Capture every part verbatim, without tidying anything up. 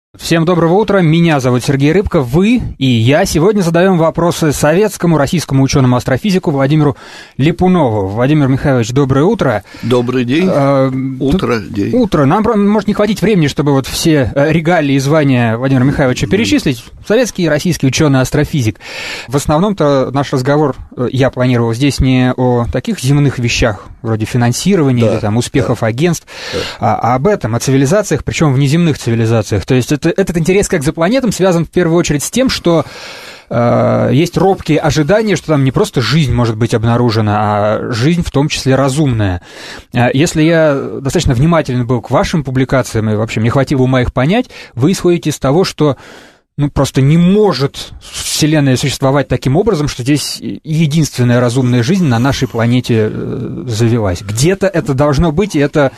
Всем доброго утра, меня зовут Сергей Рыбко, вы и я сегодня задаем вопросы советскому, российскому ученому-астрофизику Владимиру Липунову. Владимир Михайлович, доброе утро. Добрый день, а, утро, день. Утро. Нам может не хватить времени, чтобы вот все регалии и звания Владимира Михайловича перечислить. Советский и российский ученый-астрофизик. В основном-то наш разговор я планировал здесь не о таких земных вещах, вроде финансирования да, или там успехов да, агентств, да. А, а об этом, о цивилизациях, причем внеземных цивилизациях. То есть это, этот интерес к экзопланетам связан в первую очередь с тем, что э, есть робкие ожидания, что там не просто жизнь может быть обнаружена, а жизнь в том числе разумная. Если я достаточно внимателен был к вашим публикациям, и вообще мне хватило ума их понять, вы исходите из того, что ну, просто не может Вселенная существовать таким образом, что здесь единственная разумная жизнь на нашей планете завелась. Где-то это должно быть, и это,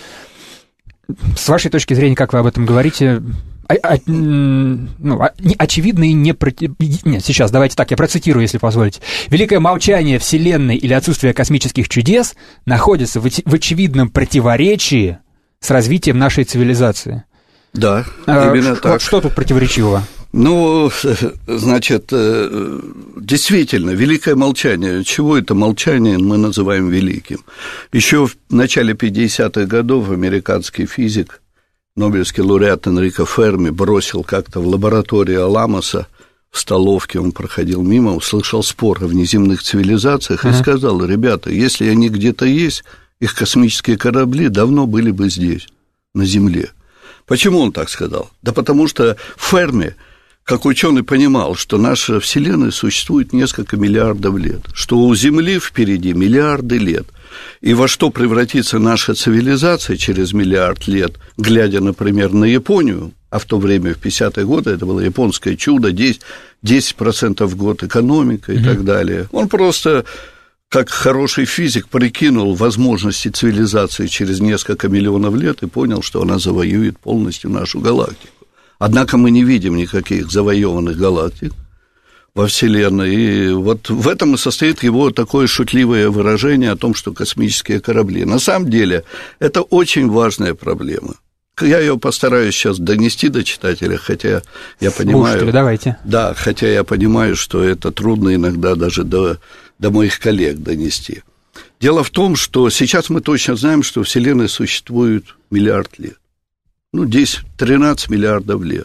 с вашей точки зрения, как вы об этом говорите, о, о, ну, очевидно и не... Нет, сейчас, давайте так, я процитирую, если позволите. «Великое молчание Вселенной или отсутствие космических чудес находится в, в очевидном противоречии с развитием нашей цивилизации». Да, а, именно ш- так. Что тут противоречивого? Ну, значит, действительно, великое молчание. Чего это молчание мы называем великим? Еще в начале пятидесятых годов американский физик, нобелевский лауреат Энрико Ферми бросил как-то в лаборатории Аламоса, в столовке, он проходил мимо, услышал спор о внеземных цивилизациях uh-huh. и сказал: ребята, если они где-то есть, их космические корабли давно были бы здесь, на Земле. Почему он так сказал? Да потому что Ферми, как ученый, понимал, что наша Вселенная существует несколько миллиардов лет, что у Земли впереди миллиарды лет, и во что превратится наша цивилизация через миллиард лет, глядя, например, на Японию, а в то время, в пятидесятые годы, это было японское чудо, десять процентов в год экономика и mm-hmm. так далее. Он просто, как хороший физик, прикинул возможности цивилизации через несколько миллионов лет и понял, что она завоюет полностью нашу галактику. Однако мы не видим никаких завоеванных галактик во Вселенной, и вот в этом и состоит его такое шутливое выражение о том, что космические корабли. На самом деле, это очень важная проблема. Я ее постараюсь сейчас донести до читателя, хотя я понимаю... Слушатели, давайте. Да, хотя я понимаю, что это трудно иногда даже до, до моих коллег донести. Дело в том, что сейчас мы точно знаем, что Вселенная существует миллиард лет. Ну, десять-тринадцать миллиардов лет.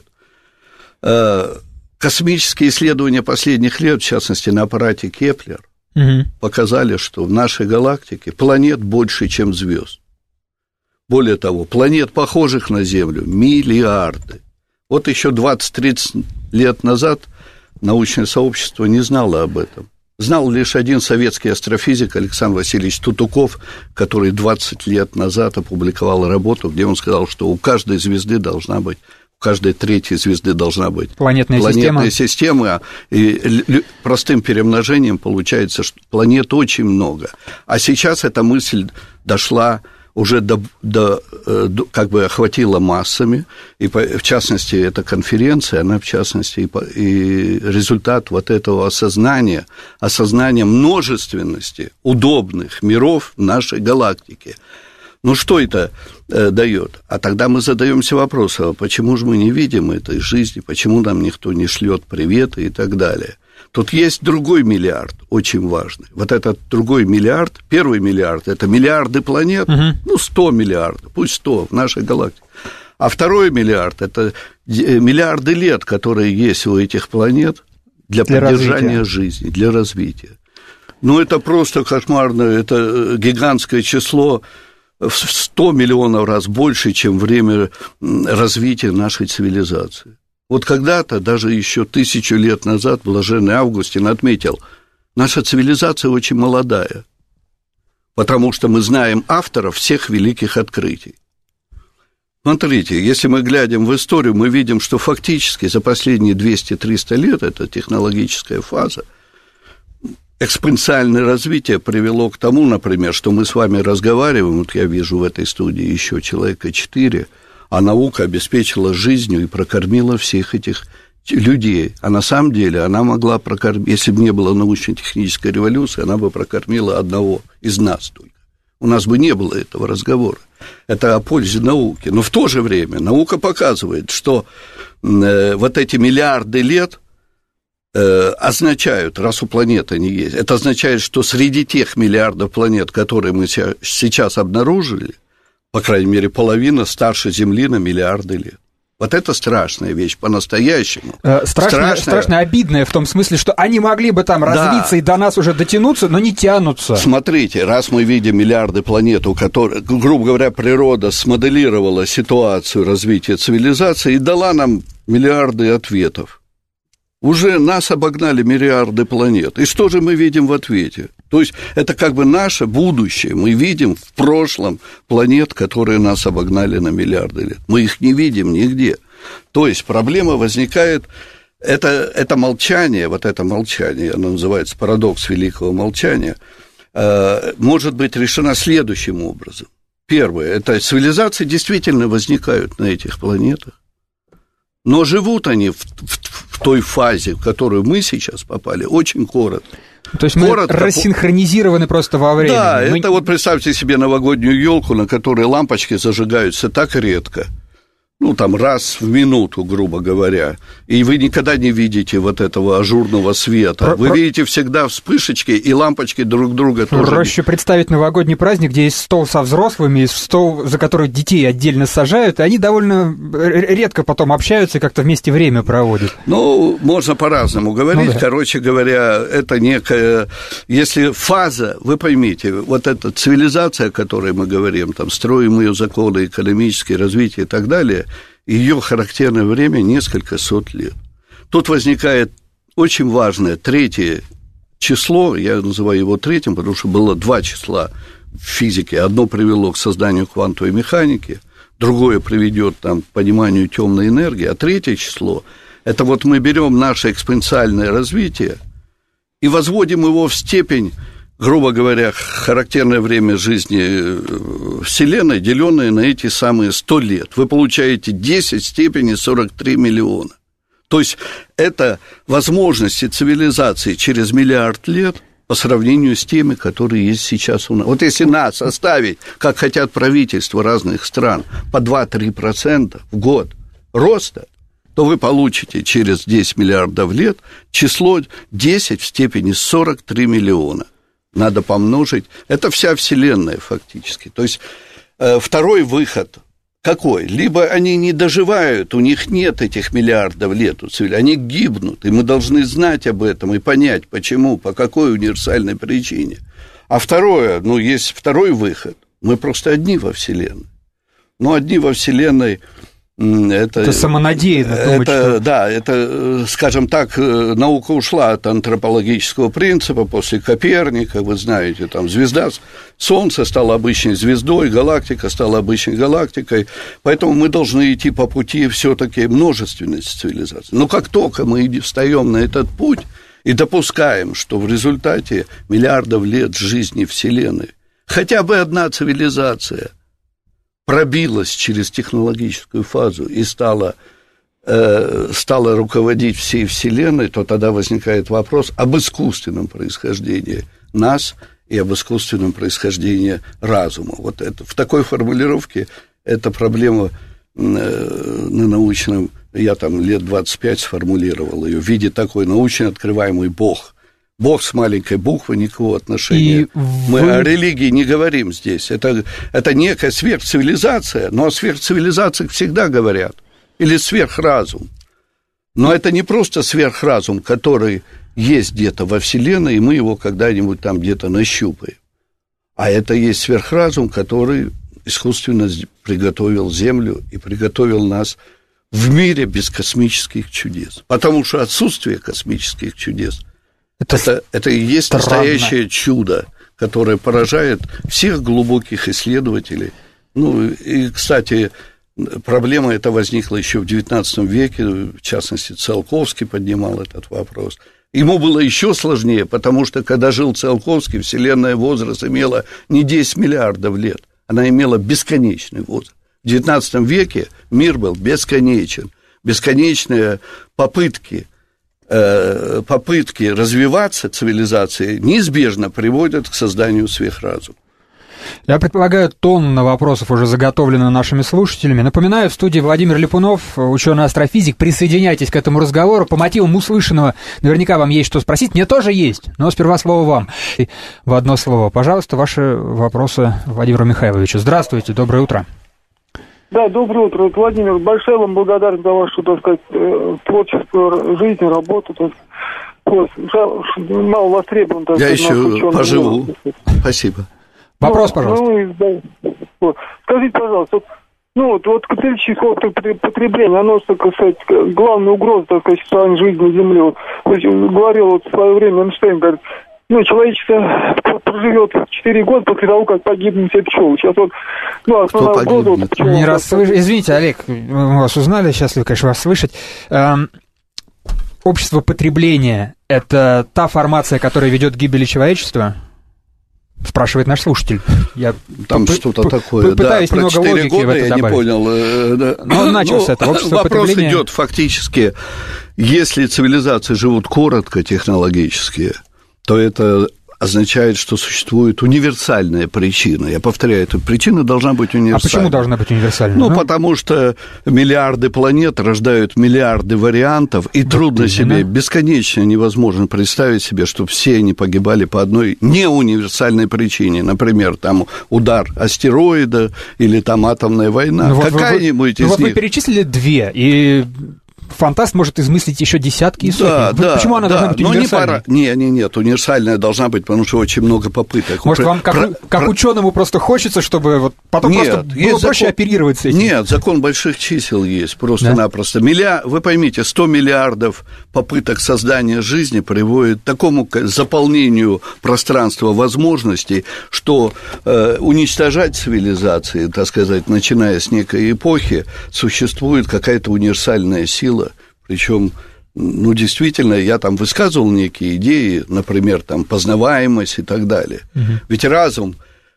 Космические исследования последних лет, в частности, на аппарате Кеплер, угу. показали, что в нашей галактике планет больше, чем звезд. Более того, планет, похожих на Землю, миллиарды. Вот еще двадцать-тридцать лет назад научное сообщество не знало об этом. Знал лишь один советский астрофизик Александр Васильевич Тутуков, который двадцать лет назад опубликовал работу, где он сказал, что у каждой звезды должна быть, у каждой третьей звезды должна быть планетная, планетная система. система, и простым перемножением получается, что планет очень много. А сейчас эта мысль дошла уже до, до, до, как бы охватила массами, и в частности, эта конференция, она в частности, и, и результат вот этого осознания, осознания множественности удобных миров в нашей галактике. Ну, что это э, дает? А тогда мы задаемся вопросом, а почему же мы не видим этой жизни, почему нам никто не шлет приветы и так далее. Тут есть другой миллиард, очень важный. Вот этот другой миллиард, первый миллиард, это миллиарды планет, uh-huh. ну, сто миллиардов, пусть сто в нашей галактике. А второй миллиард, это миллиарды лет, которые есть у этих планет для, для поддержания развития. жизни, для развития. Ну, это просто кошмарно, это гигантское число, в сто миллионов раз больше, чем время развития нашей цивилизации. Вот когда-то, даже еще тысячу лет назад, блаженный Августин отметил, наша цивилизация очень молодая, потому что мы знаем авторов всех великих открытий. Смотрите, если мы глядим в историю, мы видим, что фактически за последние двести-триста лет, это технологическая фаза, экспоненциальное развитие привело к тому, например, что мы с вами разговариваем, вот я вижу в этой студии еще человека четыре, а наука обеспечила жизнью и прокормила всех этих людей. А на самом деле она могла прокормить, если бы не было научно-технической революции, она бы прокормила одного из нас только. у нас бы не было этого разговора. Это о пользе науки. Но в то же время наука показывает, что э, вот эти миллиарды лет э, означают, раз у планеты они есть, это означает, что среди тех миллиардов планет, которые мы сейчас обнаружили, по крайней мере, половина старше Земли на миллиарды лет. Вот это страшная вещь, по-настоящему. Э, страшно, страшно обидная в том смысле, что они могли бы там развиться, да, и до нас уже дотянуться, но не тянутся. Смотрите, раз мы видим миллиарды планет, у которых, грубо говоря, природа смоделировала ситуацию развития цивилизации и дала нам миллиарды ответов. Уже нас обогнали миллиарды планет. И что же мы видим в ответе? То есть это как бы наше будущее. Мы видим в прошлом планет, которые нас обогнали на миллиарды лет. Мы их не видим нигде. То есть проблема возникает, это, это молчание, вот это молчание, оно называется парадокс великого молчания, э, может быть решено следующим образом. Первое, это цивилизации действительно возникают на этих планетах, но живут они в, в, в той фазе, в которую мы сейчас попали, очень коротко. То есть мы коротко, рассинхронизированы просто во времени. Да, мы... это вот представьте себе новогоднюю елку, на которой лампочки зажигаются так редко, ну, там, раз в минуту, грубо говоря, и вы никогда не видите вот этого ажурного света. Про, вы про... видите всегда вспышечки, и лампочки друг друга тоже... Проще представить новогодний праздник, где есть стол со взрослыми, есть стол, за который детей отдельно сажают, и они довольно редко потом общаются и как-то вместе время проводят. Ну, можно по-разному говорить. Ну, да. Короче говоря, это некая... Если фаза, вы поймите, вот эта цивилизация, о которой мы говорим, там, строим ее законы, экономическое развитие и так далее... Ее характерное время несколько сот лет. Тут возникает очень важное третье число, я называю его третьим, потому что было два числа в физике. Одно привело к созданию квантовой механики, другое приведет там, к пониманию темной энергии, а третье число – это вот мы берем наше экспоненциальное развитие и возводим его в степень, грубо говоря, характерное время жизни Вселенной, деленное на эти самые сто лет. Вы получаете десять в степени сорок три миллиона. То есть это возможности цивилизации через миллиард лет по сравнению с теми, которые есть сейчас у нас. Вот если нас оставить, как хотят правительства разных стран, по два-три процента в год роста, то вы получите через десять миллиардов лет число десять в степени сорок три миллиона. Надо помножить. Это вся Вселенная фактически. То есть второй выход какой? Либо они не доживают, у них нет этих миллиардов лет, они гибнут, и мы должны знать об этом и понять, почему, по какой универсальной причине. А второе, ну, есть второй выход. Мы просто одни во Вселенной. Но одни во Вселенной... Это, это самонадеянно думать, это, что... Да, это, скажем так, наука ушла от антропологического принципа после Коперника, вы знаете, там звезда, Солнце стало обычной звездой, галактика стала обычной галактикой, поэтому мы должны идти по пути все-таки множественности цивилизации. Но как только мы встаем на этот путь и допускаем, что в результате миллиардов лет жизни Вселенной хотя бы одна цивилизация пробилась через технологическую фазу и стала, э, стала руководить всей Вселенной, то тогда возникает вопрос об искусственном происхождении нас и об искусственном происхождении разума. Вот это, в такой формулировке эта проблема э, на научном, я там лет двадцать пять сформулировал ее, в виде такой научно открываемый Бог. Бог с маленькой буквы, никакого отношения. И мы вы... о религии не говорим здесь. Это, это некая сверхцивилизация, но о сверхцивилизациях всегда говорят. Или сверхразум. Но это не просто сверхразум, который есть где-то во Вселенной, и мы его когда-нибудь там где-то нащупаем. А это есть сверхразум, который искусственно приготовил Землю и приготовил нас в мире без космических чудес. Потому что отсутствие космических чудес Это, это, это и есть странно. Настоящее чудо, которое поражает всех глубоких исследователей. Ну, и, кстати, проблема эта возникла еще в девятнадцатом веке, в частности, Циолковский поднимал этот вопрос. Ему было еще сложнее, потому что, когда жил Циолковский, Вселенная возраст имела не десять миллиардов лет, она имела бесконечный возраст. В девятнадцатом веке мир был бесконечен, бесконечные попытки попытки развиваться цивилизации неизбежно приводят к созданию сверхразума. Я предполагаю, тонна вопросов уже заготовлена нашими слушателями. Напоминаю, в студии Владимир Ляпунов, ученый-астрофизик. Присоединяйтесь к этому разговору. По мотивам услышанного наверняка вам есть что спросить. Мне тоже есть, но сперва слово вам. И в одно слово, пожалуйста, ваши вопросы Владимиру Михайловичу. Здравствуйте, доброе утро. Да, доброе утро, Владимир. Большая вам благодарность за вашу, так сказать, творческую жизнь, работу. Так. Вот, мало востребован. Так Я сказать, еще поживу. Мир. Спасибо. Вопрос, ну, пожалуйста. Ну, да. Вот. Скажите, пожалуйста, вот, ну вот, вот капиталистическое потребление, оно, так сказать, главная угроза, так сказать, социальной жизни Земли. Вот, говорил вот в свое время Эйнштейн, говорит, ну, человечество проживет четыре года после того, как погибнут все пчелы. Сейчас вот, ну, основная угроза... Вот, пчелы, Не раз слыш... Извините, Олег, мы вас узнали, счастливы, конечно, вас слышать. Эм, общество потребления – это та формация, которая ведет к гибели человечества? Спрашивает наш слушатель. Я Там п- что-то п- такое. Пытаюсь да, немного логики года в это я добавить. не понял. Но он начал с этого. Общество Вопрос потребления... идет фактически, если цивилизации живут коротко технологически, то это означает, что существует универсальная причина. Я повторяю, эта причина должна быть универсальной. А почему должна быть универсальной? Ну, ну, потому что миллиарды планет рождают миллиарды вариантов, и вот трудно именно. себе, бесконечно невозможно представить себе, чтобы все они погибали по одной неуниверсальной причине. Например, там удар астероида или там атомная война. Ну, Какая-нибудь вот вы, из вот них... вы перечислили две, и... Фантаст может измыслить еще десятки и сотни. Да, Вы, да, почему она да, должна быть универсальной? Не, не, нет, универсальная должна быть, потому что очень много попыток. Может, про, вам как, про, как про... ученому просто хочется, чтобы вот потом нет, просто было проще закон... оперировать с этим? Нет, закон больших чисел есть, просто-напросто. Да? Милля... Вы поймите, сто миллиардов попыток создания жизни приводит к такому заполнению пространства возможностей, что э, уничтожать цивилизации, так сказать, начиная с некой эпохи, существует какая-то универсальная сила. Причем, ну, действительно, я там высказывал некие идеи, например, там, познаваемость и так далее. Угу. Ведь разум,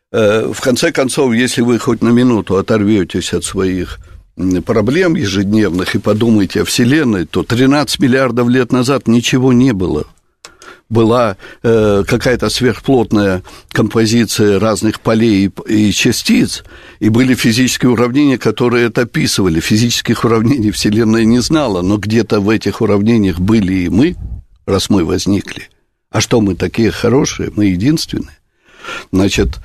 э, в конце концов, если вы хоть на минуту оторветесь от своих проблем ежедневных и подумаете о Вселенной, то тринадцать миллиардов лет назад ничего не было. Была э, какая-то сверхплотная композиция разных полей и, и частиц, и были физические уравнения, которые это описывали. Физических уравнений Вселенная не знала, но где-то в этих уравнениях были и мы, раз мы возникли. А что мы такие хорошие? Мы единственные. Значит,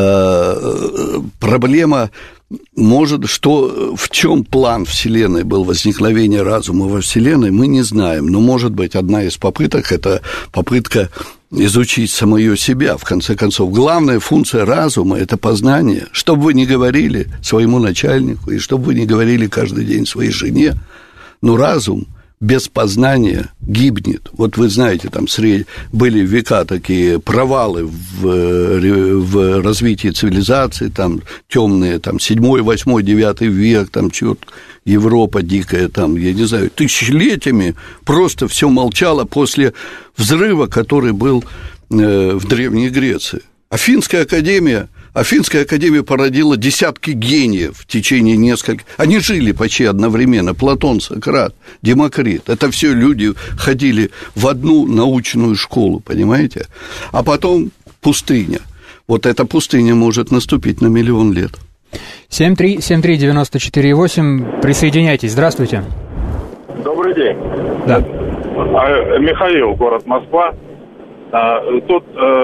э, проблема... Может, что, в чем план Вселенной был возникновения разума во Вселенной, мы не знаем. Но, может быть, одна из попыток – это попытка изучить самое себя. В конце концов, главная функция разума – это познание. Что бы вы ни говорили своему начальнику, и что бы вы ни говорили каждый день своей жене, но разум без познания гибнет. Вот вы знаете, там сред... были века такие провалы в, в развитии цивилизации, там темные, там седьмой, восьмой, девятый век, там чё-то Европа дикая, там, я не знаю, тысячелетиями просто все молчало после взрыва, который был в Древней Греции. Афинская академия Афинская академия породила десятки гениев в течение нескольких... Они жили почти одновременно. Платон, Сократ, Демокрит. Это все люди ходили в одну научную школу, понимаете? А потом пустыня. Вот эта пустыня может наступить на миллион лет. семь три семь три девяносто четыре восемь. Присоединяйтесь. Здравствуйте. Добрый день. Да. Михаил, город Москва. Тут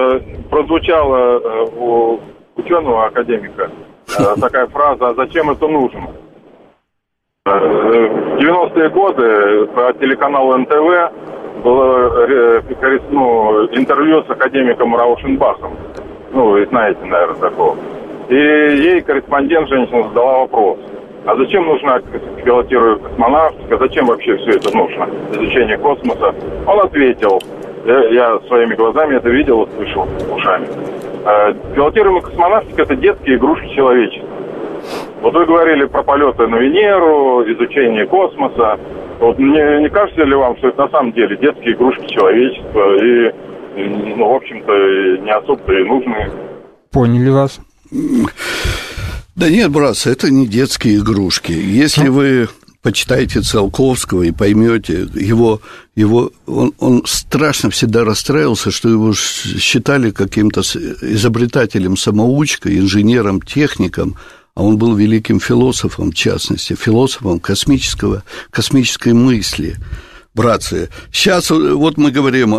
прозвучало у ученого академика такая фраза: «А зачем это нужно?» В девяностые годы по телеканалу эн тэ вэ было ну, интервью с академиком Раушенбахом. Ну, вы знаете, наверное, такого. И ей корреспондент женщина задала вопрос: а зачем нужна пилотируемая космонавтика, зачем вообще все это нужно, изучение космоса? Он ответил, я, я своими глазами это видел, слышал ушами: пилотируемая космонавтика – это детские игрушки человечества. Вот вы говорили про полеты на Венеру, изучение космоса. Вот не, не кажется ли вам, что это на самом деле детские игрушки человечества и, ну, в общем-то, не особо-то и нужны? Поняли вас. Да нет, братцы, это не детские игрушки. Если вы почитайте Циолковского и поймете, его, его, он, он страшно всегда расстраивался, что его считали каким-то изобретателем самоучкой, инженером, техником, а он был великим философом, в частности, философом космического, космической мысли. Братцы, сейчас вот мы говорим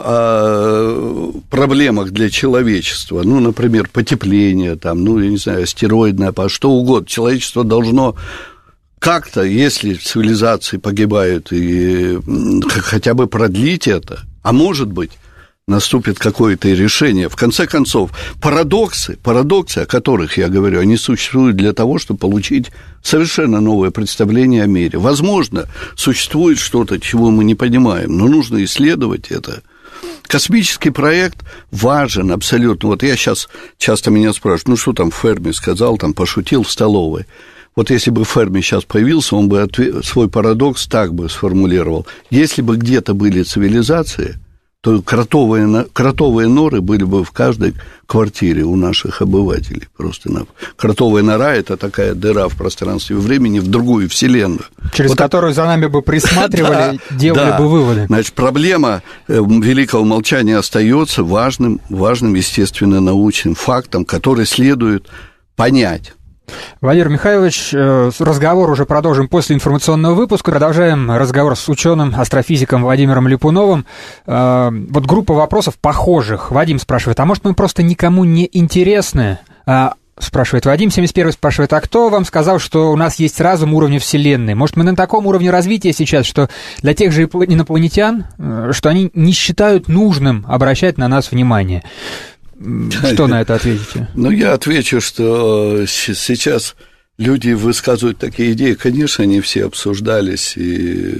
о проблемах для человечества, ну, например, потепление, там, ну, я не знаю, астероидное, что угодно. Человечество должно как-то, если цивилизации погибают, и хотя бы продлить это, а может быть, наступит какое-то решение. В конце концов, парадоксы, парадоксы, о которых я говорю, они существуют для того, чтобы получить совершенно новое представление о мире. Возможно, существует что-то, чего мы не понимаем, но нужно исследовать это. Космический проект важен абсолютно. Вот я сейчас, часто меня спрашивают, ну, что там Ферми сказал, там, пошутил в столовой. Вот если бы Ферми сейчас появился, он бы ответ, свой парадокс так бы сформулировал. Если бы где-то были цивилизации, то кротовые, кротовые норы были бы в каждой квартире у наших обывателей. Просто кротовая нора – это такая дыра в пространстве и времени в другую вселенную. Через вот которую так... за нами бы присматривали, да, делали да. бы выводы. Значит, проблема великого молчания остается важным, важным естественно-научным фактом, который следует понять. Владимир Михайлович, разговор уже продолжим после информационного выпуска. Продолжаем разговор с ученым, астрофизиком Владимиром Липуновым. Вот группа вопросов похожих. Вадим спрашивает, а может мы просто никому не интересны? Спрашивает Вадим, семьдесят первый спрашивает, а кто вам сказал, что у нас есть разум уровня Вселенной? Может, мы на таком уровне развития сейчас, что для тех же инопланетян, что они не считают нужным обращать на нас внимание? Что на это ответите? Ну, я отвечу, что сейчас люди высказывают такие идеи. Конечно, они все обсуждались и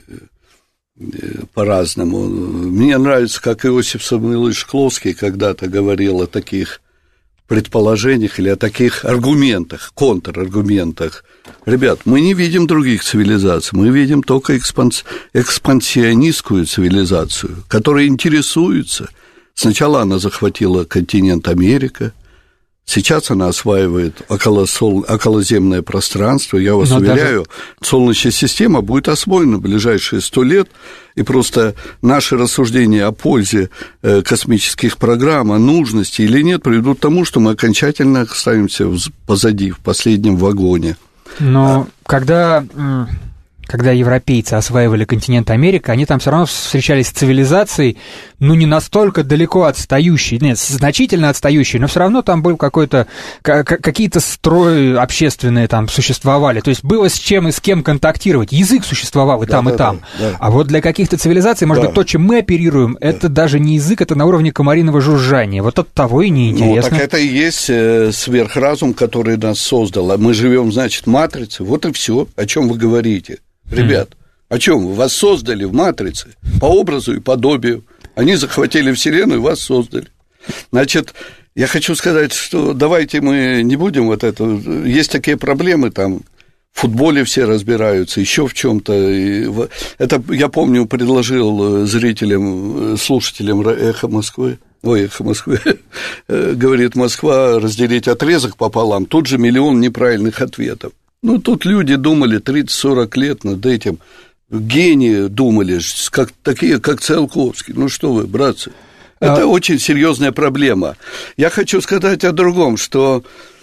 по-разному. Мне нравится, как Иосиф Самуилович Шкловский когда-то говорил о таких предположениях или о таких аргументах, контраргументах. Ребят, мы не видим других цивилизаций, мы видим только экспанс... экспансионистскую цивилизацию, которая интересуется. Сначала она захватила континент Америка, сейчас она осваивает околосол... околоземное пространство. Я вас Но уверяю, даже... Солнечная система будет освоена в ближайшие сто лет, и просто наши рассуждения о пользе космических программ, о нужности или нет, приведут к тому, что мы окончательно останемся позади, в последнем вагоне. Но а... когда... Когда европейцы осваивали континент Америка, они там все равно встречались с цивилизацией, ну, не настолько далеко отстающей, нет, значительно отстающей, но все равно там был какой-то, какие-то строи общественные там существовали, то есть было с чем и с кем контактировать, язык существовал и да, там, да, и там, да, да. А вот для каких-то цивилизаций, может да. быть, то, чем мы оперируем, да. это даже не язык, это на уровне комариного жужжания, вот от того и неинтересно. Ну, так это и есть сверхразум, который нас создал, а мы живем, значит, в матрице, вот и все, о чем вы говорите. Ребят, о чем вы? Вас создали в матрице по образу и подобию. Они захватили Вселенную и вас создали. Значит, я хочу сказать, что давайте мы не будем вот это... Есть такие проблемы, там, в футболе все разбираются, еще в чем-то. Это, я помню, предложил зрителям, слушателям «Эхо Москвы». Ой, «Эхо Москвы», говорит, Москва разделить отрезок пополам, тут же миллион неправильных ответов. Ну, тут люди думали тридцать-сорок лет над этим, гении думали, как, такие, как Циолковский. Ну, что вы, братцы, это а... очень серьезная проблема. Я хочу сказать о другом, что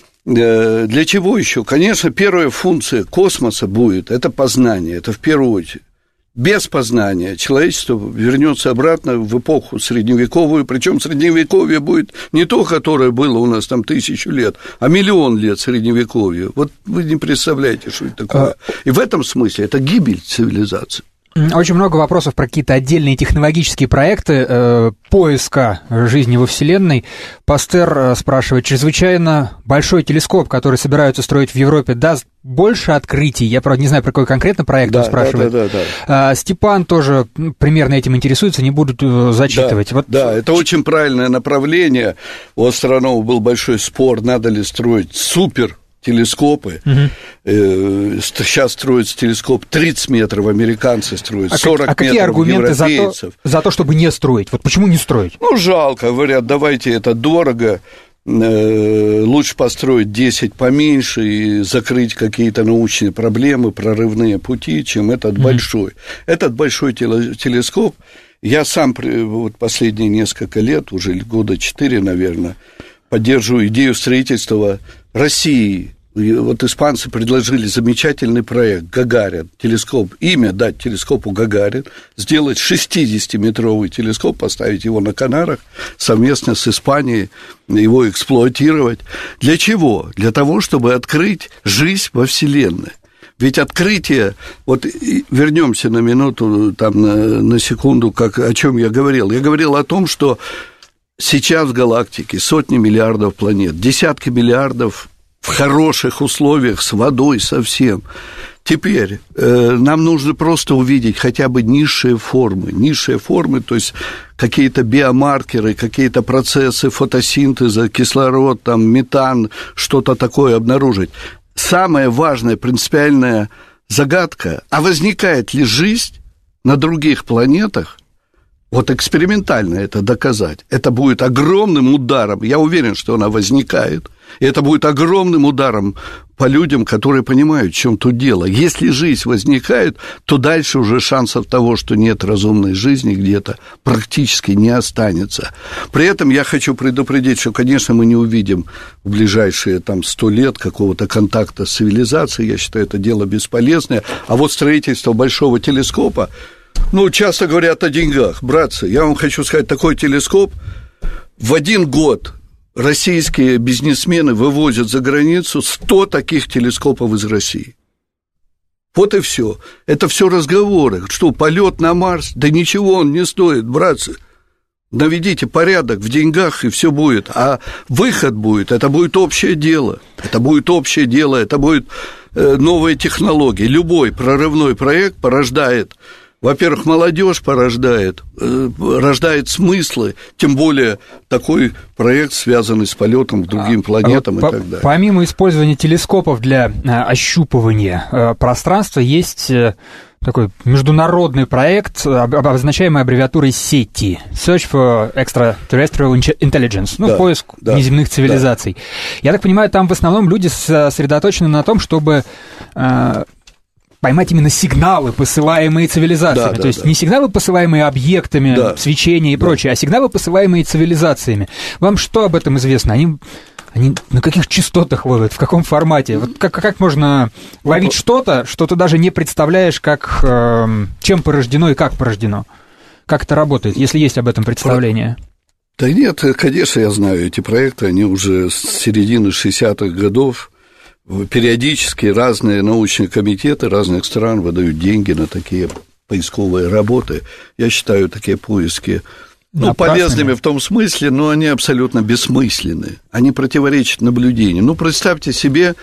э, для чего еще? Конечно, первая функция космоса будет, это познание, это в первую очередь. Без познания человечество вернется обратно в эпоху средневековую, причем средневековье будет не то, которое было у нас там тысячу лет, а миллион лет средневековья. Вот вы не представляете, что это такое. И в этом смысле это гибель цивилизации. Очень много вопросов про какие-то отдельные технологические проекты э, поиска жизни во Вселенной. Пастер спрашивает, чрезвычайно большой телескоп, который собираются строить в Европе, даст больше открытий? Я, правда, не знаю, про какой конкретно проект да, он спрашивает. Да, да, да, да. А, Степан тоже примерно этим интересуется, не буду зачитывать. Да, вот... да, это очень правильное направление. У астрономов был большой спор, надо ли строить супер телескопы. Угу. Сейчас строится телескоп тридцать метров, американцы строят сорок а как, а метров, какие аргументы за то, за то, чтобы не строить? Вот почему не строить? Ну, жалко, говорят, давайте это дорого. лучше построить десять поменьше и закрыть какие-то научные проблемы, прорывные пути, чем этот mm-hmm. большой. Этот большой телескоп, я сам вот последние несколько лет, уже года четыре, наверное, поддерживаю идею строительства России. Вот испанцы предложили замечательный проект «Гагарин», телескоп, имя дать телескопу «Гагарин», сделать шестидесятиметровый телескоп, поставить его на Канарах, совместно с Испанией его эксплуатировать. Для чего? Для того, чтобы открыть жизнь во Вселенной. Ведь открытие, вот вернемся на минуту, там, на, на секунду, как, о чем я говорил. Я говорил о том, что сейчас в галактике сотни миллиардов планет, десятки миллиардов в хороших условиях, с водой совсем. Теперь э, нам нужно просто увидеть хотя бы низшие формы. Низшие формы, то есть какие-то биомаркеры, какие-то процессы фотосинтеза, кислород, там, метан, что-то такое обнаружить. Самая важная принципиальная загадка, а возникает ли жизнь на других планетах? Вот экспериментально это доказать. Это будет огромным ударом. Я уверен, что она возникает. И это будет огромным ударом по людям, которые понимают, в чем тут дело. Если жизнь возникает, то дальше уже шансов того, что нет разумной жизни где-то, практически не останется. При этом я хочу предупредить, что, конечно, мы не увидим в ближайшие там, сто лет какого-то контакта с цивилизацией. Я считаю, это дело бесполезное. А вот строительство большого телескопа, ну, часто говорят о деньгах. Братцы, я вам хочу сказать, такой телескоп в один год российские бизнесмены вывозят за границу сто таких телескопов из России. Вот и все. Это все разговоры. Что, полет на Марс? Да ничего он не стоит, братцы. Наведите порядок в деньгах, и все будет. А выход будет, это будет общее дело. Это будет общее дело, это будет новые технологии. Любой прорывной проект порождает... Во-первых, молодежь порождает, э, рождает смыслы, тем более такой проект, связанный с полетом к другим а, планетам а вот и по- так далее. Помимо использования телескопов для а, ощупывания а, пространства, есть а, такой международный проект, обозначаемый аббревиатурой сети, Search for Extraterrestrial Intelligence, ну, да, поиск да, внеземных цивилизаций. Да. Я так понимаю, там в основном люди сосредоточены на том, чтобы... А, поймать именно сигналы, посылаемые цивилизациями. Да, да, То есть да. не сигналы, посылаемые объектами, да. свечения и да. прочее, а сигналы, посылаемые цивилизациями. Вам что об этом известно? Они, они на каких частотах ловят, в каком формате? Вот как, как можно ловить что-то, что ты даже не представляешь, как, э, чем порождено и как порождено? Как это работает, если есть об этом представление? Да нет, конечно, я знаю эти проекты, они уже с середины шестидесятых годов. Периодически разные научные комитеты разных стран выдают деньги на такие поисковые работы. Я считаю такие поиски ну, полезными в том смысле, но они абсолютно бессмысленны. Они противоречат наблюдению. Ну, представьте себе,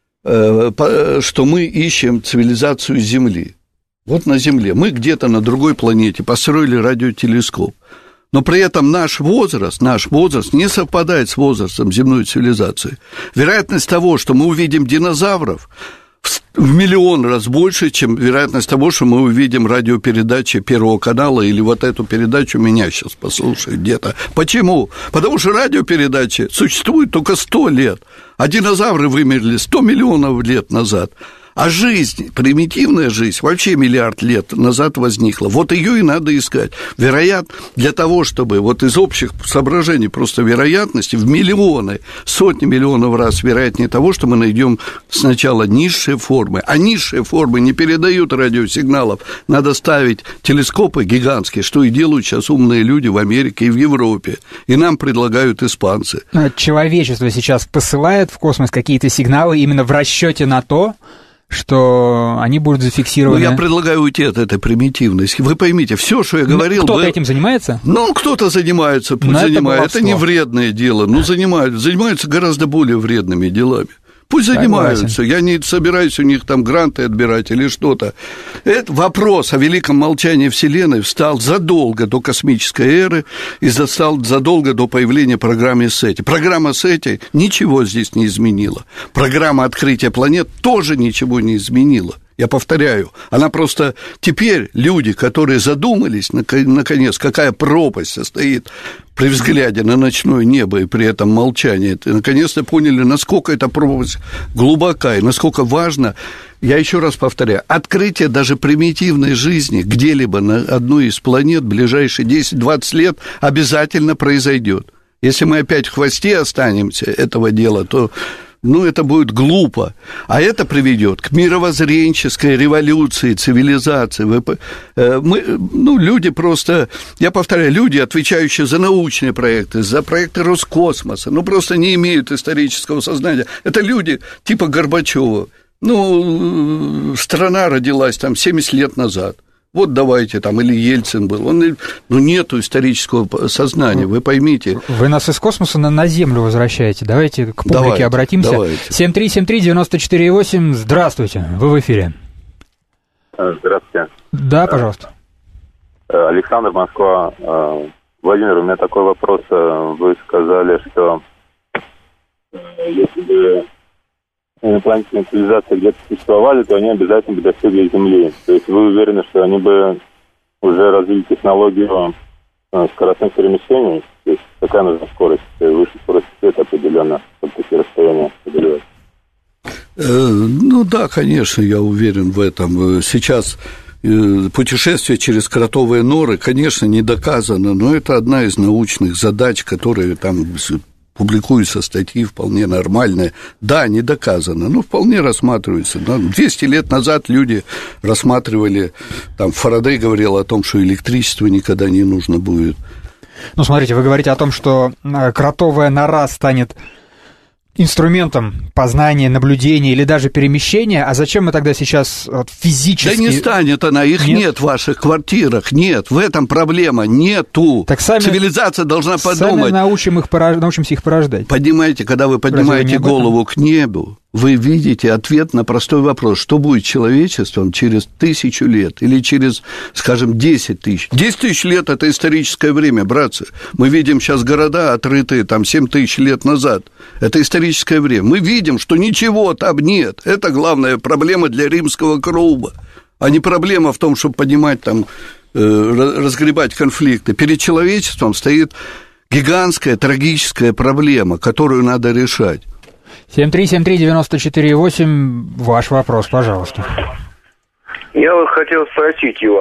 что мы ищем цивилизацию Земли. Вот на Земле. Мы где-то на другой планете построили радиотелескоп. Но при этом наш возраст, наш возраст не совпадает с возрастом земной цивилизации. Вероятность того, что мы увидим динозавров, в миллион раз больше, чем вероятность того, что мы увидим радиопередачи Первого канала или вот эту передачу меня сейчас послушают где-то. Почему? Потому что радиопередачи существуют только сто лет, а динозавры вымерли сто миллионов лет назад. А жизнь, примитивная жизнь, вообще миллиард лет назад возникла. Вот ее и надо искать. Вероятно, для того, чтобы вот из общих соображений просто вероятности в миллионы, сотни миллионов раз вероятнее того, что мы найдем сначала низшие формы. А низшие формы не передают радиосигналов. Надо ставить телескопы гигантские, что и делают сейчас умные люди в Америке и в Европе. И нам предлагают испанцы. Человечество сейчас посылает в космос какие-то сигналы именно в расчете на то, что они будут зафиксированы. Ну, я предлагаю уйти от этой примитивности. Вы поймите, все, что я говорил... Кто-то вы... этим занимается? Ну, кто-то занимается, пусть занимается. Это, это не вредное дело, но занимаются, занимаются гораздо более вредными делами. Пусть занимаются, Согласен. Я не собираюсь у них там гранты отбирать или что-то. Это вопрос о великом молчании Вселенной встал задолго до космической эры и застал задолго до появления программы сети. Программа сети ничего здесь не изменила. Программа открытия планет тоже ничего не изменила. Я повторяю, она просто... Теперь люди, которые задумались, наконец, какая пропасть состоит при взгляде на ночное небо и при этом молчании, наконец-то поняли, насколько эта пропасть глубока и насколько важно, я еще раз повторяю, открытие даже примитивной жизни где-либо на одной из планет в ближайшие десять-двадцать лет обязательно произойдет. Если мы опять в хвосте останемся этого дела, то... Ну, это будет глупо. А это приведет к мировоззренческой революции, цивилизации. Мы, ну, люди просто, я повторяю, люди, отвечающие за научные проекты, за проекты Роскосмоса, ну, просто не имеют исторического сознания. Это люди типа Горбачева. Ну, страна родилась там семьдесят лет назад. Вот давайте, там, или Ельцин был. Он, ну, нету исторического сознания, вы поймите. Вы нас из космоса на, на Землю возвращаете. Давайте к публике давайте, обратимся. Давайте. семь три семь три девять четыре восемь. Здравствуйте, вы в эфире. Здравствуйте. Да, пожалуйста. Александр, Москва. Владимир, у меня такой вопрос. Вы сказали, что если бы инопланетные цивилизации где-то существовали, то они обязательно бы достигли Земли. То есть вы уверены, что они бы уже развили технологию скоростных перемещений? То есть какая нужна скорость? Выше скорости света определенно, чтобы такие расстояния преодолевать. Ну да, конечно, я уверен в этом. Сейчас путешествие через кротовые норы, конечно, не доказано, но это одна из научных задач, которые там... публикуются статьи вполне нормальные. Да, не доказано, но вполне рассматривается. двести лет назад люди рассматривали, там, Фарадей говорил о том, что электричество никогда не нужно будет. Ну, смотрите, вы говорите о том, что кротовая нора станет инструментом познания, наблюдения или даже перемещения, а зачем мы тогда сейчас физически... Да не станет она, их нет, нет в ваших квартирах, нет, в этом проблема, нету. Так сами, цивилизация должна подумать. Сами научим их, научимся их порождать. Понимаете, когда вы поднимаете голову к небу, вы видите ответ на простой вопрос, что будет с человечеством через тысячу лет или через, скажем, десять тысяч. десять тысяч лет – это историческое время, братцы. Мы видим сейчас города, отрытые там семь тысяч лет назад. Это историческое время. Мы видим, что ничего там нет. Это главная проблема для римского клуба, а не проблема в том, чтобы поднимать там, э, разгребать конфликты. Перед человечеством стоит гигантская трагическая проблема, которую надо решать. семь три семь три девять четыре восемь, ваш вопрос, пожалуйста. Я вот хотел спросить его,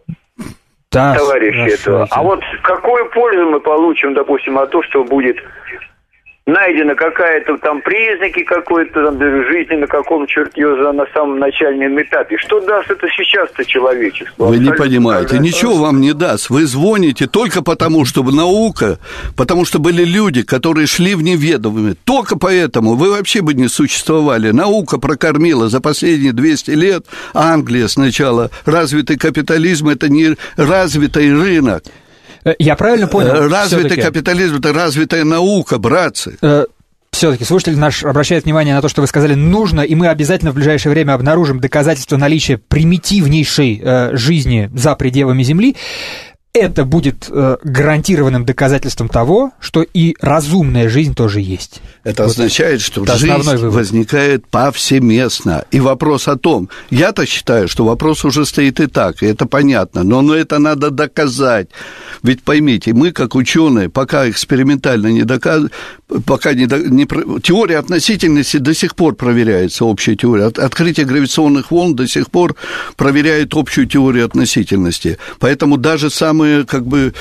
да, товарища этого, а вот какую пользу мы получим, допустим, от того, что будет найдена какая-то там признаки какой-то там жизни на каком черте на самом начальном этапе. Что даст это сейчас-то человечеству? Вы не понимаете, ничего вам не даст. Вы звоните только потому, чтобы наука, потому что были люди, которые шли в неведомое. Только поэтому вы вообще бы не существовали. Наука прокормила за последние двести лет. Англия сначала. Развитый капитализм – это не развитый рынок. Я правильно понял? Развитый всё-таки... капитализм – это развитая наука, братцы. Все-таки слушатель наш обращает внимание на то, что вы сказали «нужно», и мы обязательно в ближайшее время обнаружим доказательства наличия примитивнейшей э, жизни за пределами Земли. Это будет э, гарантированным доказательством того, что и разумная жизнь тоже есть. Это вот означает, что это жизнь возникает повсеместно. И вопрос о том, я-то считаю, что вопрос уже стоит и так, и это понятно, но, но это надо доказать. Ведь поймите, мы, как ученые, пока экспериментально не доказываем, пока не, не... Теория относительности до сих пор проверяется, общая теория. От, открытие гравитационных волн до сих пор проверяет общую теорию относительности. Поэтому даже самые как бы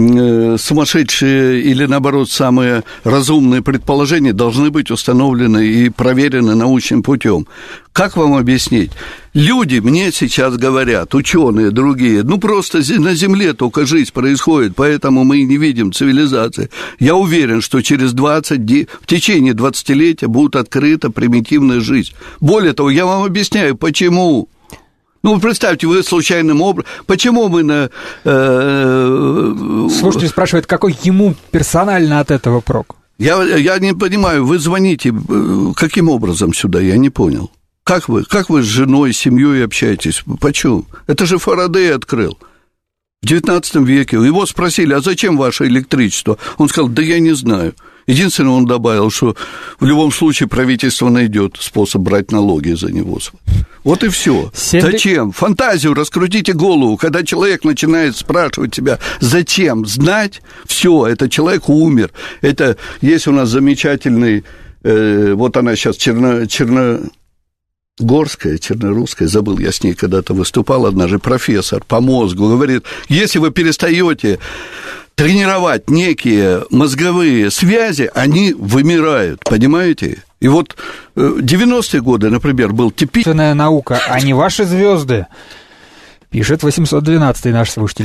сумасшедшие или, наоборот, самые разумные предположения должны быть установлены и проверены научным путем. Как вам объяснить? Люди мне сейчас говорят, ученые, другие, ну просто на Земле только жизнь происходит, поэтому мы и не видим цивилизации. Я уверен, что через двадцать, в течение двадцатилетия будет открыта примитивная жизнь. Более того, я вам объясняю, почему. Ну, представьте, вы случайным образом... Почему мы на... Э, Слушатель спрашивает, какой ему персонально от этого прок? Я, я не понимаю, вы звоните, каким образом сюда, я не понял. Как вы, как вы с женой, с семьей общаетесь? Почему? Это же Фарадей открыл. В девятнадцатом веке. Его спросили, а зачем ваше электричество? Он сказал, да я не знаю. Единственное, он добавил, что в любом случае правительство найдет способ брать налоги за невоз. Вот и все. семь... Зачем? Фантазию раскрутите голову. Когда человек начинает спрашивать тебя, зачем знать, все, этот человек умер. Это есть у нас замечательный, э, вот она сейчас черно, черногорская, чернорусская, забыл, я с ней когда-то выступал однажды, профессор по мозгу, говорит, если вы перестаете тренировать некие мозговые связи, они вымирают, понимаете? И вот девяностые годы, например, был типичный... наука, а не ваши звезды, пишет восемьсот двенадцатый наш слушатель.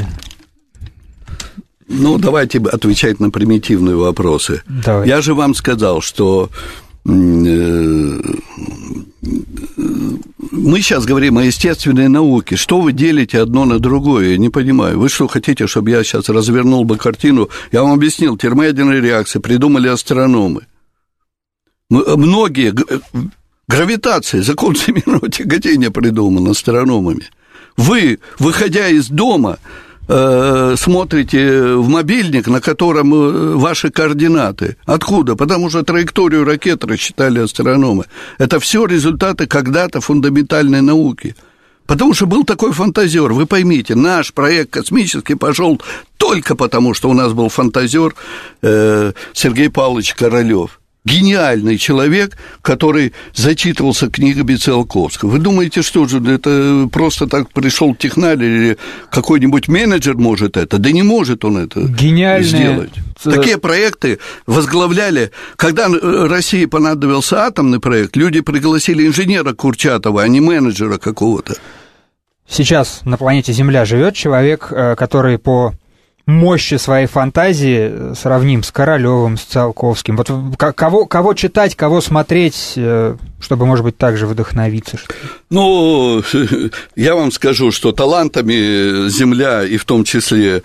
Ну, давайте отвечать на примитивные вопросы. Давай. Я же вам сказал, что мы сейчас говорим о естественной науке. Что вы делите одно на другое? Я не понимаю. Вы что, хотите, чтобы я сейчас развернул бы картину? Я вам объяснил, термоядерные реакции придумали астрономы. Многие... Гравитация, закон всемирного тяготения придуман астрономами. Вы, выходя из дома, смотрите в мобильник, на котором ваши координаты. Откуда? Потому что траекторию ракет рассчитали астрономы. Это все результаты когда-то фундаментальной науки. Потому что был такой фантазер. Вы поймите, наш проект космический пошел только потому, что у нас был фантазер Сергей Павлович Королёв. Гениальный человек, который зачитывался книгами Циолковского. Вы думаете, что же, это просто так пришел технарь или какой-нибудь менеджер может это? Да не может он это Гениальные... сделать. Такие проекты возглавляли. Когда России понадобился атомный проект, люди пригласили инженера Курчатова, а не менеджера какого-то. Сейчас на планете Земля живет человек, который по... мощи своей фантазии сравним с Королёвым, с Циолковским. Вот кого, кого читать, кого смотреть, чтобы, может быть, также вдохновиться? Ну, я вам скажу, что талантами Земля, и в том числе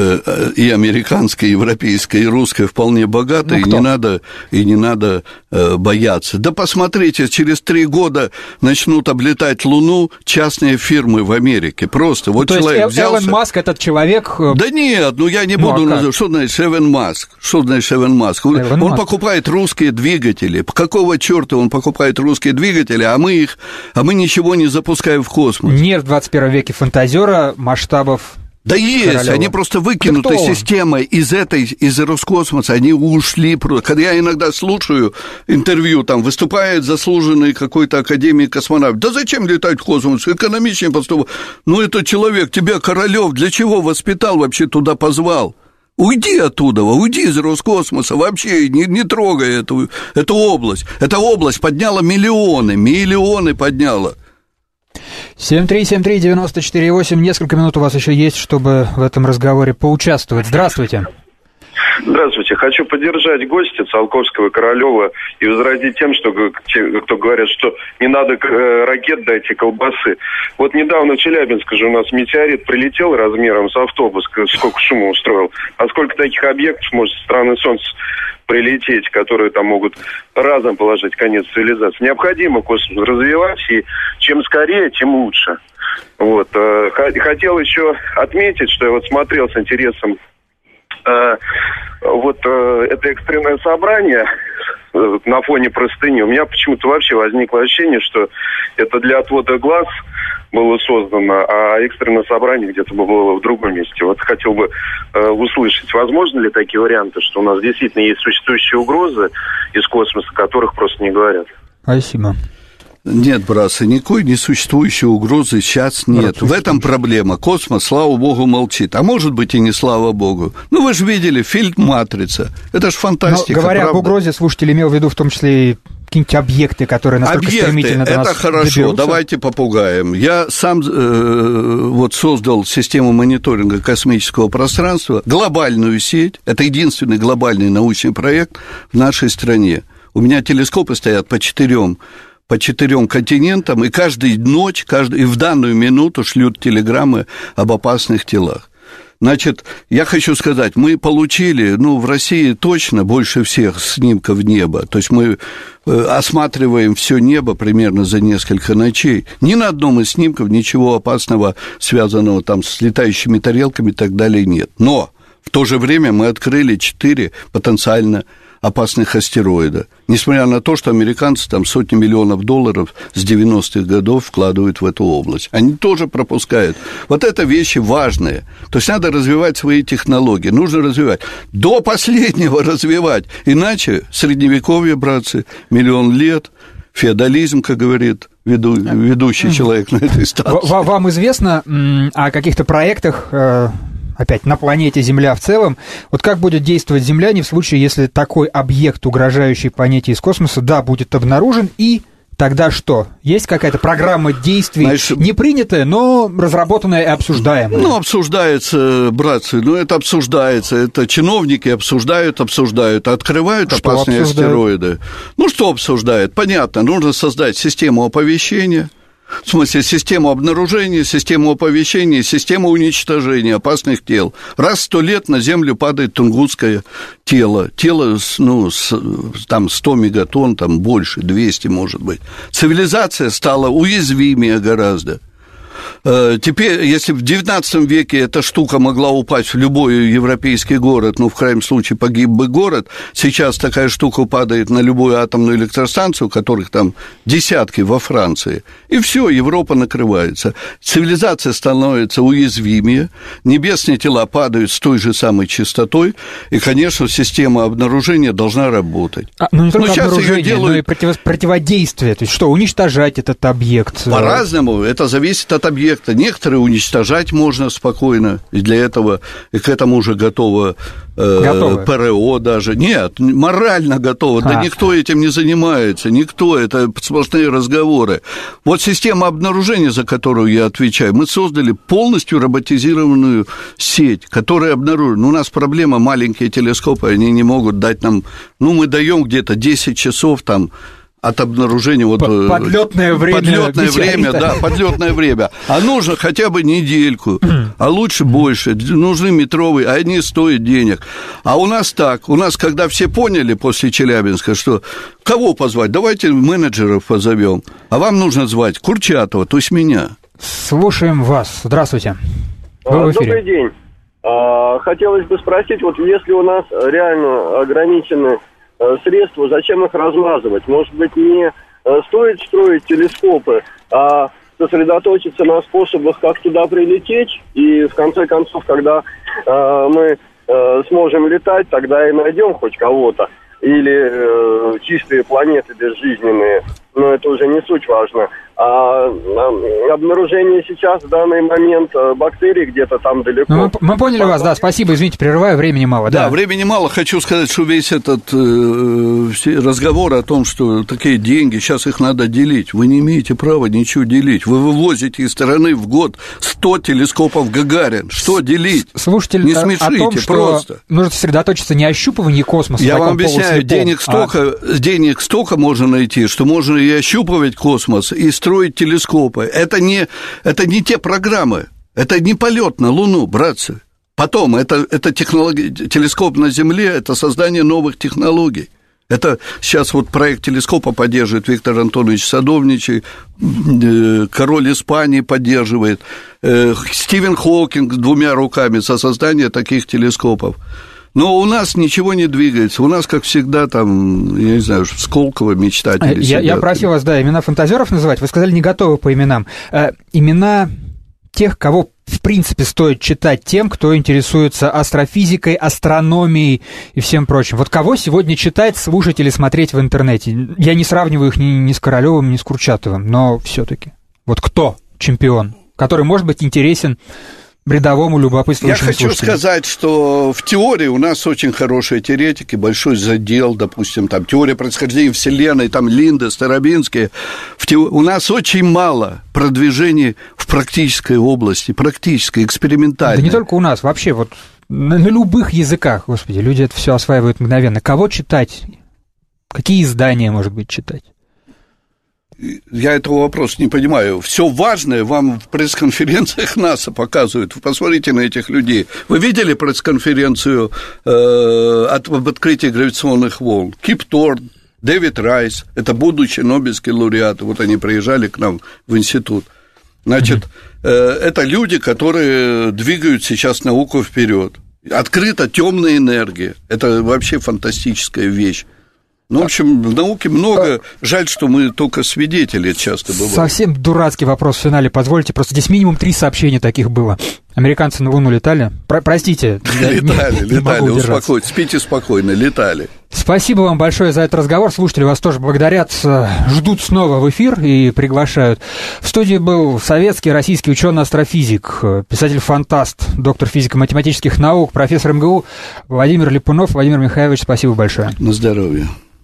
и американская, и европейская, и русская, вполне богата, ну, и, не надо, и не надо бояться. Да посмотрите, через три года начнут облетать Луну частные фирмы в Америке. Просто вот то человек есть взялся... Элон Маск, этот человек... Да нет, ну я не ну, буду а называть. Что значит Эван Маск? Что значит Эван Маск? Он, Эван он Маск. покупает русские двигатели. Какого черта он покупает русские двигатели, а мы их, а мы ничего не запускаем в космос? Нет в двадцать первом веке фантазера масштабов. Да есть, Королёва. Они просто выкинуты системой из этой, из Роскосмоса, они ушли. Когда я иногда слушаю интервью, там выступает заслуженный какой-то академик космонавт, да зачем летать в космос, экономичнее поступать. Ну, это человек, тебя Королёв для чего воспитал, вообще туда позвал? Уйди оттуда, уйди из Роскосмоса, вообще не, не трогай эту, эту область. Эта область подняла миллионы, миллионы подняла. семь три семь три девяносто четыре восемь. Несколько минут у вас еще есть, чтобы в этом разговоре поучаствовать. Здравствуйте. Здравствуйте. Хочу поддержать гостя Циолковского и Королёва и возразить тем, что кто говорят, что не надо ракет, дайте колбасы. Вот недавно в Челябинске же у нас метеорит прилетел размером с автобус, сколько шума устроил. А сколько таких объектов может со стороны Солнца прилететь, которые там могут разом положить конец цивилизации. Необходимо космос развивать, и чем скорее, тем лучше. Вот. Хотел еще отметить, что я вот смотрел с интересом вот это экстренное собрание на фоне простыни. У меня почему-то вообще возникло ощущение, что это для отвода глаз было создано, а экстренное собрание где-то было в другом месте. Вот хотел бы э, услышать, возможно ли такие варианты, что у нас действительно есть существующие угрозы из космоса, о которых просто не говорят. Спасибо. Нет, братцы, никакой несуществующей угрозы сейчас нет. В этом проблема. Космос, слава богу, молчит. А может быть и не слава богу. Ну, вы же видели фильм «Матрица». Это ж фантастика, но, говоря правда? об угрозе, слушатель имел в виду в том числе и какие-нибудь объекты, которые настолько объекты, стремительно до нас это хорошо, доберутся. Давайте попугаем. Я сам э, вот создал систему мониторинга космического пространства, глобальную сеть. Это единственный глобальный научный проект в нашей стране. У меня телескопы стоят по четырем по четырем континентам, и каждую ночь, каждый, и в данную минуту шлют телеграммы об опасных телах. Значит, я хочу сказать, мы получили, ну, в России точно больше всех снимков неба. То есть мы осматриваем все небо примерно за несколько ночей. Ни на одном из снимков ничего опасного, связанного там с летающими тарелками и так далее, нет. Но в то же время мы открыли четыре потенциально опасных астероида, несмотря на то, что американцы там сотни миллионов долларов с девяностых годов вкладывают в эту область. Они тоже пропускают. Вот это вещи важные. То есть надо развивать свои технологии, нужно развивать. До последнего развивать, иначе средневековье, братцы, миллион лет, феодализм, как говорит веду, ведущий человек на этой станции. Вам известно о каких-то проектах, опять, на планете Земля в целом, вот как будет действовать земляне в случае, если такой объект, угрожающий планете из космоса, да, будет обнаружен, и тогда что? Есть какая-то программа действий, Знаешь, не принятая, но разработанная и обсуждаемая? Ну, обсуждается, братцы, ну, это обсуждается, это чиновники обсуждают, обсуждают, открывают что опасные обсуждают? астероиды. Ну, что обсуждают? Понятно, нужно создать систему оповещения, в смысле, систему обнаружения, систему оповещения, систему уничтожения опасных тел. Раз в сто лет на Землю падает тунгусское тело. Тело, ну, с, там сто мегатонн, там больше, двести, может быть. Цивилизация стала уязвимее гораздо. Теперь, если в девятнадцатом веке эта штука могла упасть в любой европейский город, ну, в крайнем случае, погиб бы город, сейчас такая штука падает на любую атомную электростанцию, которых там десятки во Франции, и все, Европа накрывается. Цивилизация становится уязвимее, небесные тела падают с той же самой частотой, и, конечно, система обнаружения должна работать. А, ну, не только но обнаружение, делают... но и против... противодействие, то есть что, уничтожать этот объект? По-разному, это зависит от объекта. Некоторые уничтожать можно спокойно, и для этого, и к этому уже готово э, ПРО даже. Нет, морально готово, а. да никто этим не занимается, никто, это сплошные разговоры. Вот система обнаружения, за которую я отвечаю, мы создали полностью роботизированную сеть, которая обнаруживает. Ну, у нас проблема, маленькие телескопы, они не могут дать нам, ну, мы даем где-то десять часов там, от обнаружения вот подлётное время, подлётное время, да, подлётное время. А нужно хотя бы недельку, а лучше больше. Нужны метровые, а они стоят денег. А у нас так, у нас, когда все поняли после Челябинска, что кого позвать? Давайте менеджеров позовем. А вам нужно звать Курчатова, то есть меня. Слушаем вас. Здравствуйте. Вы в эфире. Добрый день. Хотелось бы спросить, вот если у нас реально ограничены средства, зачем их размазывать? Может быть, не стоит строить телескопы, а сосредоточиться на способах, как туда прилететь, и в конце концов, когда э, мы э, сможем летать, тогда и найдем хоть кого-то. Или э, чистые планеты безжизненные, но это уже не суть важно. А обнаружение сейчас в данный момент бактерий где-то там далеко. Ну, мы, мы поняли вас, да, спасибо, извините, прерываю, времени мало. Да, да. времени мало. Хочу сказать, что весь этот э, разговор о том, что такие деньги, сейчас их надо делить. Вы не имеете права ничего делить. Вы вывозите из страны в год сто телескопов Гагарин. Что делить? Слушатель, не смешите, о том, что просто. Нужно сосредоточиться не ощупывании космоса. Я вам объясняю, денег столько, а... денег столько можно найти, что можно и ощупывать космос, и строить телескопы. Это не, это не те программы, это не полет на Луну, братцы. Потом, это, это технология, телескоп на Земле, это создание новых технологий. Это сейчас вот проект телескопа поддерживает Виктор Антонович Садовничий, король Испании поддерживает, Стивен Хокинг двумя руками за создание таких телескопов. Но у нас ничего не двигается. У нас, как всегда, там, я не знаю, Сколково мечтатели. Я, я просил вас, да, имена фантазеров называть. Вы сказали, не готовы по именам. Э, имена тех, кого, в принципе, стоит читать тем, кто интересуется астрофизикой, астрономией и всем прочим. Вот кого сегодня читать, слушать или смотреть в интернете? Я не сравниваю их ни, ни с Королёвым, ни с Курчатовым, но все-таки. Вот кто чемпион, который может быть интересен рядовому любопытствующему Я хочу слушателю. сказать, что в теории у нас очень хорошие теоретики, большой задел, допустим, там теория происхождения Вселенной, там Линда, Старобинские. В те... У нас очень мало продвижений в практической области, практической, экспериментальной. Да не только у нас, вообще вот на, на любых языках, господи, люди это все осваивают мгновенно. Кого читать? Какие издания, может быть, читать? Я этого вопроса не понимаю. Все важное вам в пресс-конференциях НАСА показывают. Вы посмотрите на этих людей. Вы видели пресс-конференцию э, от, об открытии гравитационных волн? Кип Торн, Дэвид Райс, это будущие нобелевские лауреаты. Вот они приезжали к нам в институт. Значит, э, это люди, которые двигают сейчас науку вперед. Открыта темная энергия. Это вообще фантастическая вещь. Ну, в общем, в науке много. Жаль, что мы только свидетели часто бываем. Совсем дурацкий вопрос в финале, позвольте. Просто здесь минимум три сообщения таких было. Американцы на Луну летали? Про- простите. Летали, летали, успокойтесь, спите спокойно, летали. Спасибо вам большое за этот разговор. Слушатели вас тоже благодарят, ждут снова в эфир и приглашают. В студии был советский, российский ученый-астрофизик, писатель-фантаст, доктор физико-математических наук, профессор эм гэ у Владимир Ляпунов. Владимир Михайлович, спасибо большое. На здоровье.